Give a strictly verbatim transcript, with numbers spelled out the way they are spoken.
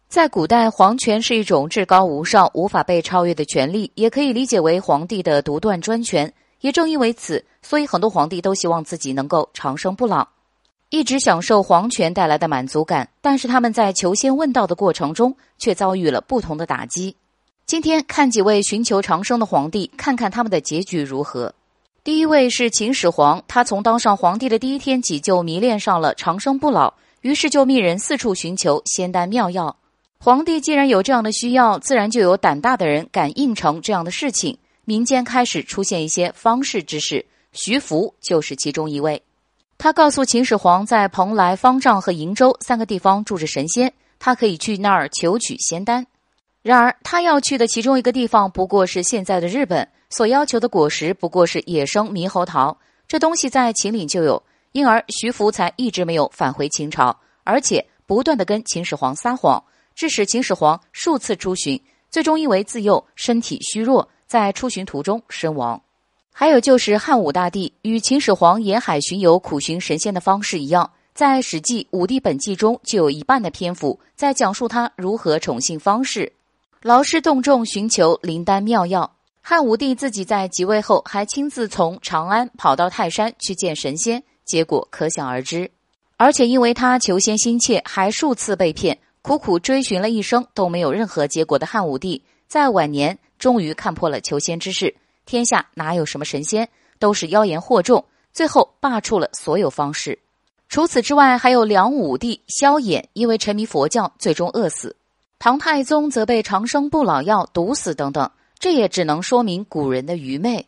在古代，皇权是一种至高无上、无法被超越的权利，也可以理解为皇帝的独断专权。也正因为此，所以很多皇帝都希望自己能够长生不老，一直享受皇权带来的满足感。但是他们在求仙问道的过程中，却遭遇了不同的打击。今天看几位寻求长生的皇帝，看看他们的结局如何。第一位是秦始皇，他从当上皇帝的第一天起就迷恋上了长生不老，于是就命人四处寻求仙丹妙药。皇帝既然有这样的需要，自然就有胆大的人敢应承这样的事情。民间开始出现一些方士之士，徐福就是其中一位。他告诉秦始皇，在蓬莱、方丈和瀛洲三个地方住着神仙，他可以去那儿求取仙丹。然而他要去的其中一个地方不过是现在的日本，所要求的果实不过是野生猕猴桃，这东西在秦岭就有，因而徐福才一直没有返回秦朝，而且不断地跟秦始皇撒谎，致使秦始皇数次出巡，最终因为自幼身体虚弱，在出巡途中身亡。还有就是汉武大帝与秦始皇沿海巡游苦寻神仙的方式一样，在《史记·武帝本纪》中就有一半的篇幅在讲述他如何宠幸方士，劳师动众寻求灵丹妙药。汉武帝自己在即位后还亲自从长安跑到泰山去见神仙，结果可想而知。而且因为他求仙心切，还数次被骗，苦苦追寻了一生都没有任何结果的汉武帝，在晚年终于看破了求仙之事，天下哪有什么神仙，都是妖言惑众，最后罢黜了所有方士。除此之外，还有梁武帝萧衍因为沉迷佛教最终饿死，唐太宗则被长生不老药毒死等等，这也只能说明古人的愚昧。